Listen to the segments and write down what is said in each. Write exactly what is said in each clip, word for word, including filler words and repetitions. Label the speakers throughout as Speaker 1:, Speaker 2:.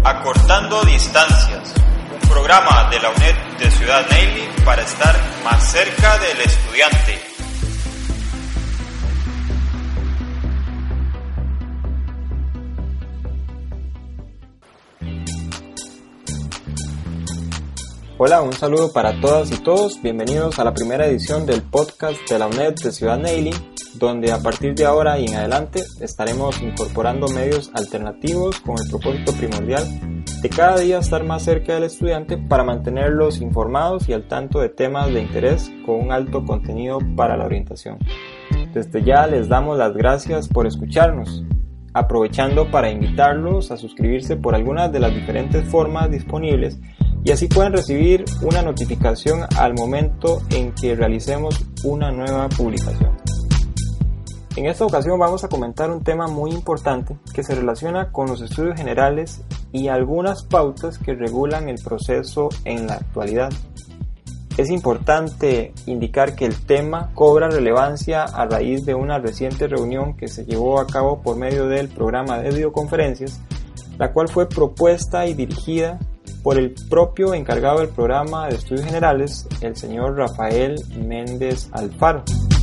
Speaker 1: Acortando distancias, un programa de la U N E D de Ciudad Neyli para estar más cerca del estudiante.
Speaker 2: Hola, un saludo para todas y todos, bienvenidos a la primera edición del podcast de la U N E D de Ciudad Neyli, donde a partir de ahora y en adelante estaremos incorporando medios alternativos con el propósito primordial de cada día estar más cerca del estudiante para mantenerlos informados y al tanto de temas de interés con un alto contenido para la orientación. Desde ya les damos las gracias por escucharnos, aprovechando para invitarlos a suscribirse por algunas de las diferentes formas disponibles y así pueden recibir una notificación al momento en que realicemos una nueva publicación. En esta ocasión vamos a comentar un tema muy importante que se relaciona con los estudios generales y algunas pautas que regulan el proceso en la actualidad. Es importante indicar que el tema cobra relevancia a raíz de una reciente reunión que se llevó a cabo por medio del programa de videoconferencias, la cual fue propuesta y dirigida por el propio encargado del programa de estudios generales, el señor Rafael Méndez Alfaro.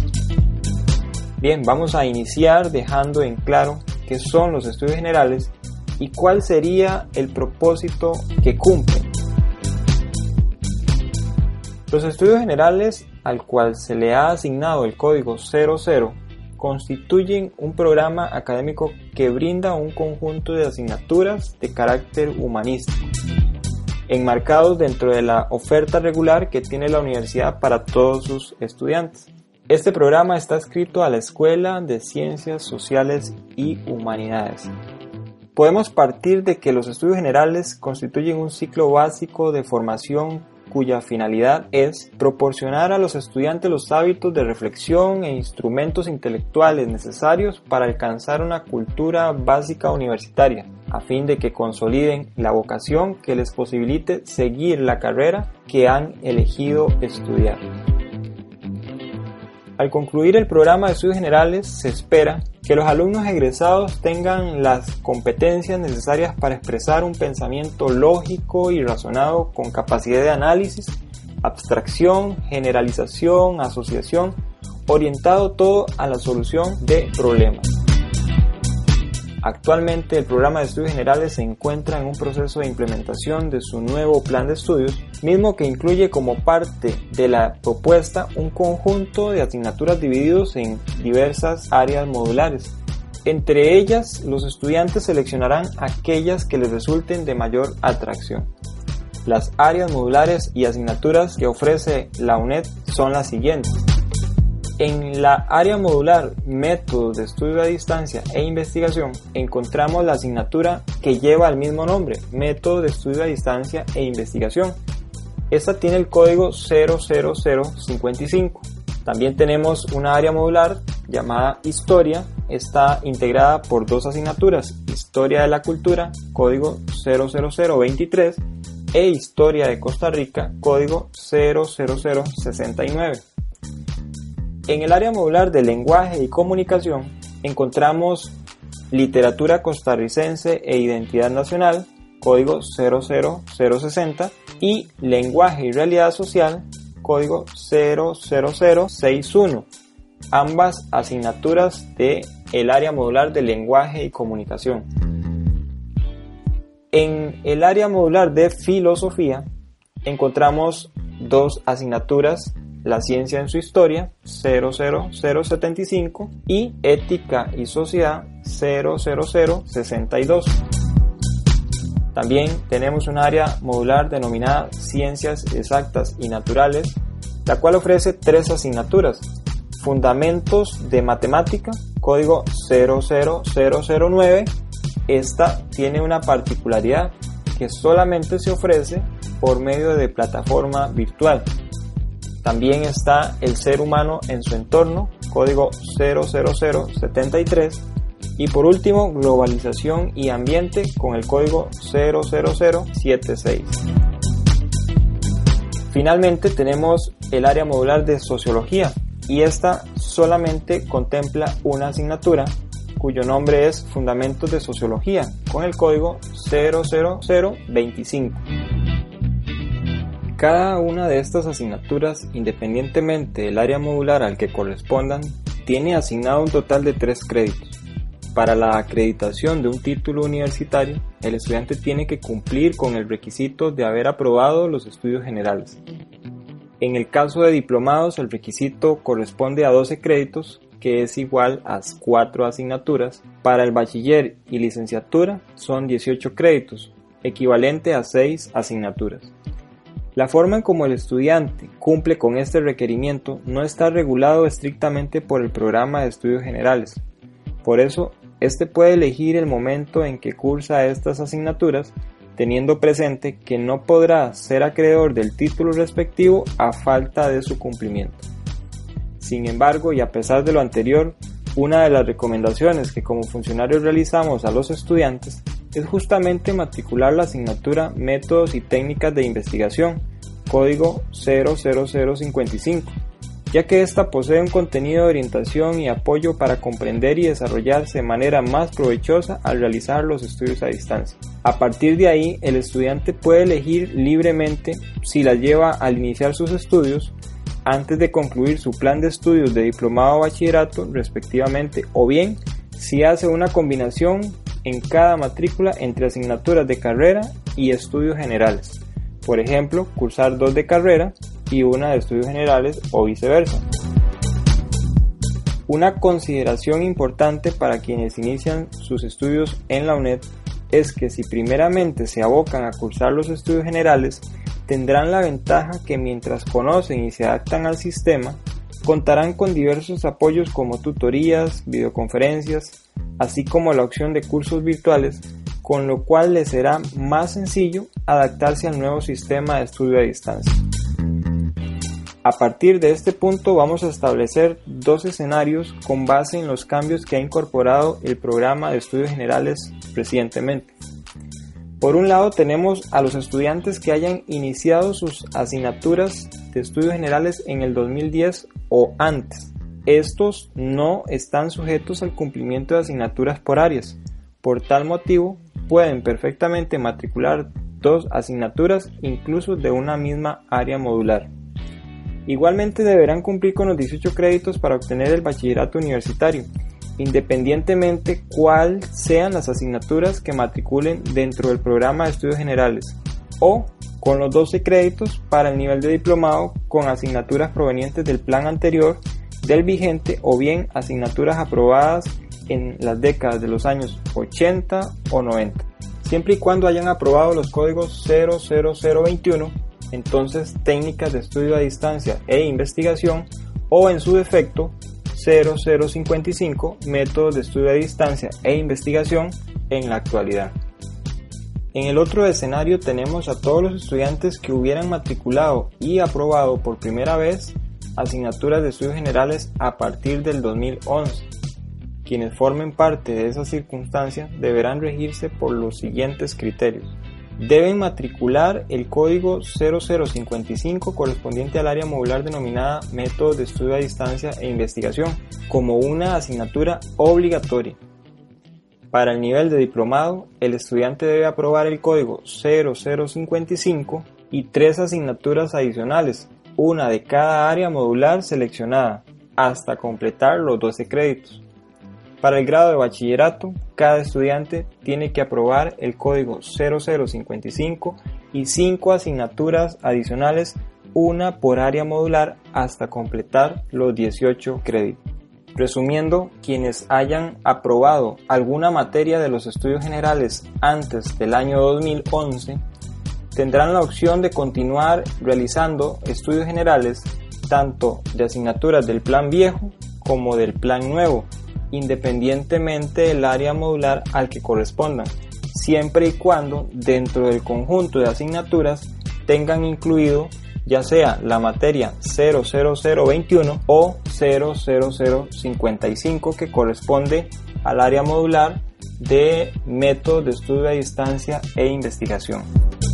Speaker 2: Bien, vamos a iniciar dejando en claro qué son los estudios generales y cuál sería el propósito que cumplen. Los estudios generales, al cual se le ha asignado el código cero cero, constituyen un programa académico que brinda un conjunto de asignaturas de carácter humanístico, enmarcados dentro de la oferta regular que tiene la universidad para todos sus estudiantes. Este programa está adscrito a la Escuela de Ciencias Sociales y Humanidades. Podemos partir de que los estudios generales constituyen un ciclo básico de formación cuya finalidad es proporcionar a los estudiantes los hábitos de reflexión e instrumentos intelectuales necesarios para alcanzar una cultura básica universitaria, a fin de que consoliden la vocación que les posibilite seguir la carrera que han elegido estudiar. Al concluir el programa de estudios generales, se espera que los alumnos egresados tengan las competencias necesarias para expresar un pensamiento lógico y razonado con capacidad de análisis, abstracción, generalización, asociación, orientado todo a la solución de problemas. Actualmente el programa de estudios generales se encuentra en un proceso de implementación de su nuevo plan de estudios, mismo que incluye como parte de la propuesta un conjunto de asignaturas divididos en diversas áreas modulares. Entre ellas, los estudiantes seleccionarán aquellas que les resulten de mayor atracción. Las áreas modulares y asignaturas que ofrece la U N E D son las siguientes. En la área modular Métodos de Estudio a Distancia e Investigación encontramos la asignatura que lleva el mismo nombre, Métodos de Estudio a Distancia e Investigación. Esta tiene el código cero cero cero cincuenta y cinco. También tenemos una área modular llamada Historia. Está integrada por dos asignaturas, Historia de la Cultura, código cero cero cero veintitrés, e Historia de Costa Rica, código cero cero cero sesenta y nueve. En el área modular de Lenguaje y Comunicación encontramos Literatura costarricense e Identidad Nacional, código cero cero cero sesenta, y Lenguaje y Realidad Social, código cero cero cero sesenta y uno, ambas asignaturas de el área modular de Lenguaje y Comunicación. En el área modular de Filosofía encontramos dos asignaturas, la ciencia en su historia, cero cero cero setenta y cinco, y ética y sociedad, cero cero cero sesenta y dos. También tenemos un área modular denominada ciencias exactas y naturales, la cual ofrece tres asignaturas: fundamentos de matemática, código cero cero cero cero nueve. Esta tiene una particularidad que solamente se ofrece por medio de plataforma virtual. También está el ser humano en su entorno, código cero cero cero setenta y tres. Y por último, globalización y ambiente con el código cero cero cero setenta y seis. Finalmente tenemos el área modular de sociología y esta solamente contempla una asignatura, cuyo nombre es Fundamentos de Sociología, con el código cero cero cero veinticinco. Cada una de estas asignaturas, independientemente del área modular al que correspondan, tiene asignado un total de tres créditos. Para la acreditación de un título universitario, el estudiante tiene que cumplir con el requisito de haber aprobado los estudios generales. En el caso de diplomados, el requisito corresponde a doce créditos, que es igual a cuatro asignaturas. Para el bachiller y licenciatura son dieciocho créditos, equivalente a seis asignaturas. La forma en cómo el estudiante cumple con este requerimiento no está regulado estrictamente por el programa de estudios generales. Por eso, este puede elegir el momento en que cursa estas asignaturas, teniendo presente que no podrá ser acreedor del título respectivo a falta de su cumplimiento. Sin embargo, y a pesar de lo anterior, una de las recomendaciones que como funcionarios realizamos a los estudiantes es justamente matricular la asignatura Métodos y Técnicas de Investigación, código cero cero cero cincuenta y cinco, ya que ésta posee un contenido de orientación y apoyo para comprender y desarrollarse de manera más provechosa al realizar los estudios a distancia. A partir de ahí, el estudiante puede elegir libremente si la lleva al iniciar sus estudios, antes de concluir su plan de estudios de diplomado o bachillerato respectivamente, o bien si hace una combinación en cada matrícula entre asignaturas de carrera y estudios generales. Por ejemplo, cursar dos de carrera y una de estudios generales o viceversa. Una consideración importante para quienes inician sus estudios en la UNED es que si primeramente se abocan a cursar los estudios generales, tendrán la ventaja que mientras conocen y se adaptan al sistema, contarán con diversos apoyos como tutorías, videoconferencias, así como la opción de cursos virtuales, con lo cual les será más sencillo adaptarse al nuevo sistema de estudio a distancia. A partir de este punto vamos a establecer dos escenarios con base en los cambios que ha incorporado el programa de estudios generales recientemente. Por un lado tenemos a los estudiantes que hayan iniciado sus asignaturas de estudios generales en el dos mil diez o antes. Estos no están sujetos al cumplimiento de asignaturas por áreas. Por tal motivo, pueden perfectamente matricular dos asignaturas incluso de una misma área modular. Igualmente deberán cumplir con los dieciocho créditos para obtener el bachillerato universitario, independientemente cuál sean las asignaturas que matriculen dentro del programa de estudios generales, o con los doce créditos para el nivel de diplomado con asignaturas provenientes del plan anterior, del vigente, o bien asignaturas aprobadas en las décadas de los años ochenta o noventa. Siempre y cuando hayan aprobado los códigos cero cero cero veintiuno, entonces técnicas de estudio a distancia e investigación, o en su defecto cero cero cincuenta y cinco, métodos de estudio a distancia e investigación en la actualidad. En el otro escenario tenemos a todos los estudiantes que hubieran matriculado y aprobado por primera vez asignaturas de estudios generales a partir del dos mil once. Quienes formen parte de esa circunstancia deberán regirse por los siguientes criterios. Deben matricular el código cero cero cincuenta y cinco correspondiente al área modular denominada Métodos de Estudio a Distancia e Investigación como una asignatura obligatoria. Para el nivel de diplomado, el estudiante debe aprobar el código cero cero cincuenta y cinco y tres asignaturas adicionales, una de cada área modular seleccionada, hasta completar los doce créditos. Para el grado de bachillerato, cada estudiante tiene que aprobar el código cero cero cincuenta y cinco y cinco asignaturas adicionales, una por área modular, hasta completar los dieciocho créditos. Resumiendo, quienes hayan aprobado alguna materia de los estudios generales antes del año dos mil once tendrán la opción de continuar realizando estudios generales tanto de asignaturas del plan viejo como del plan nuevo, independientemente del área modular al que correspondan, siempre y cuando dentro del conjunto de asignaturas tengan incluido ya sea la materia cero cero cero veintiuno o cero cero cero cincuenta y cinco que corresponde al área modular de métodos de estudio a distancia e investigación.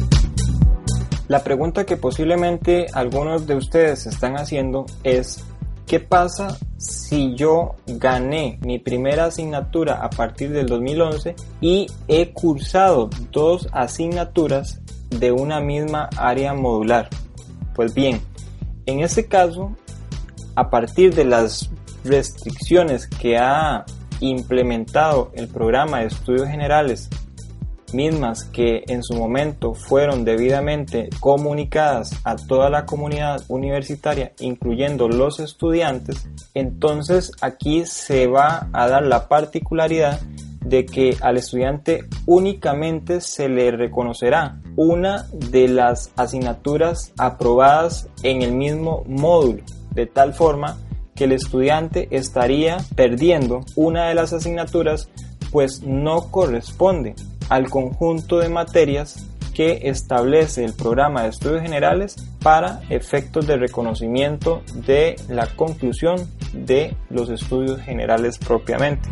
Speaker 2: La pregunta que posiblemente algunos de ustedes están haciendo es: ¿qué pasa si yo gané mi primera asignatura a partir del dos mil once y he cursado dos asignaturas de una misma área modular. Pues bien, en este caso, a partir de las restricciones que ha implementado el programa de estudios generales, mismas que en su momento fueron debidamente comunicadas a toda la comunidad universitaria, incluyendo los estudiantes, entonces aquí se va a dar la particularidad de que al estudiante únicamente se le reconocerá una de las asignaturas aprobadas en el mismo módulo, de tal forma que el estudiante estaría perdiendo una de las asignaturas, pues no corresponde al conjunto de materias que establece el programa de estudios generales para efectos de reconocimiento de la conclusión de los estudios generales propiamente.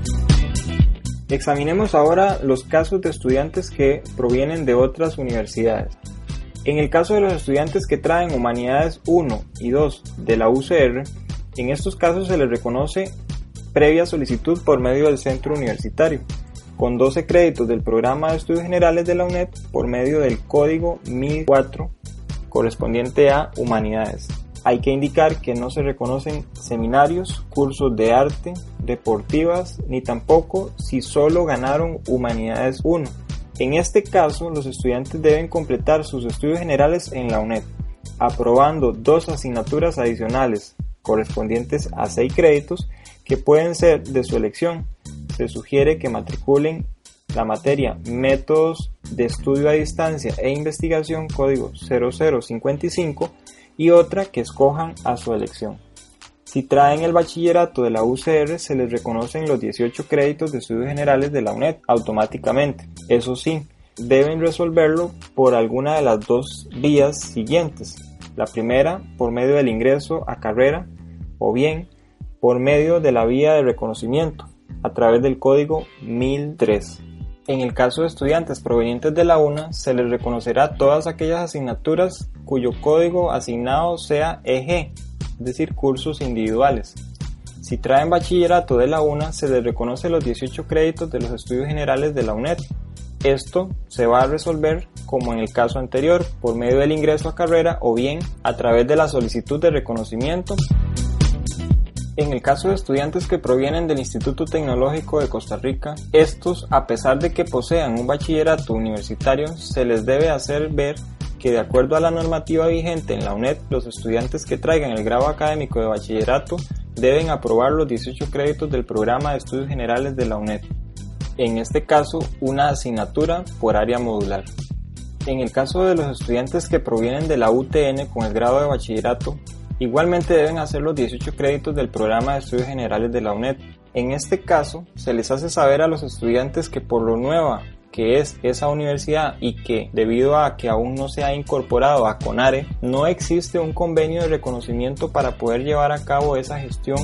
Speaker 2: Examinemos ahora los casos de estudiantes que provienen de otras universidades. En el caso de los estudiantes que traen Humanidades uno y dos de la U C R, en estos casos se les reconoce previa solicitud por medio del centro universitario, con doce créditos del programa de estudios generales de la UNED por medio del código mil cuatro correspondiente a Humanidades. Hay que indicar que no se reconocen seminarios, cursos de arte, deportivas, ni tampoco si solo ganaron Humanidades uno. En este caso, los estudiantes deben completar sus estudios generales en la UNED, aprobando dos asignaturas adicionales correspondientes a seis créditos que pueden ser de su elección. Se sugiere que matriculen la materia Métodos de Estudio a Distancia e Investigación código cero cero cincuenta y cinco y otra que escojan a su elección. Si traen el bachillerato de la U C R, se les reconocen los dieciocho créditos de estudios generales de la UNED automáticamente. Eso sí, deben resolverlo por alguna de las dos vías siguientes. La primera, por medio del ingreso a carrera, o bien por medio de la vía de reconocimiento, a través del código mil tres. En el caso de estudiantes provenientes de la UNA, se les reconocerá todas aquellas asignaturas cuyo código asignado sea E G, es decir, cursos individuales. Si traen bachillerato de la UNA, se les reconoce los dieciocho créditos de los estudios generales de la UNED. Esto se va a resolver, como en el caso anterior, por medio del ingreso a carrera o bien a través de la solicitud de reconocimiento. En el caso de estudiantes que provienen del Instituto Tecnológico de Costa Rica, estos, a pesar de que posean un bachillerato universitario, se les debe hacer ver que de acuerdo a la normativa vigente en la UNED, los estudiantes que traigan el grado académico de bachillerato deben aprobar los dieciocho créditos del programa de estudios generales de la UNED. En este caso, una asignatura por área modular. En el caso de los estudiantes que provienen de la U T N con el grado de bachillerato, igualmente deben hacer los dieciocho créditos del programa de estudios generales de la UNED. En este caso, se les hace saber a los estudiantes que por lo nueva que es esa universidad y que debido a que aún no se ha incorporado a CONARE, no existe un convenio de reconocimiento para poder llevar a cabo esa gestión.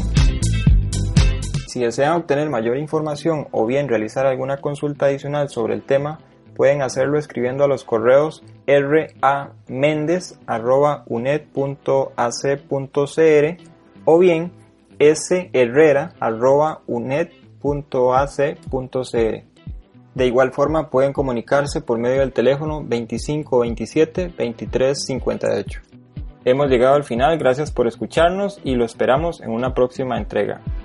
Speaker 2: Si desean obtener mayor información o bien realizar alguna consulta adicional sobre el tema, pueden hacerlo escribiendo a los correos r a mendez arroba uned punto a c punto c r o bien s herrera arroba uned punto a c punto c r. De igual forma pueden comunicarse por medio del teléfono veinticinco veintisiete veintitrés cincuenta y ocho. Hemos llegado al final, gracias por escucharnos y lo esperamos en una próxima entrega.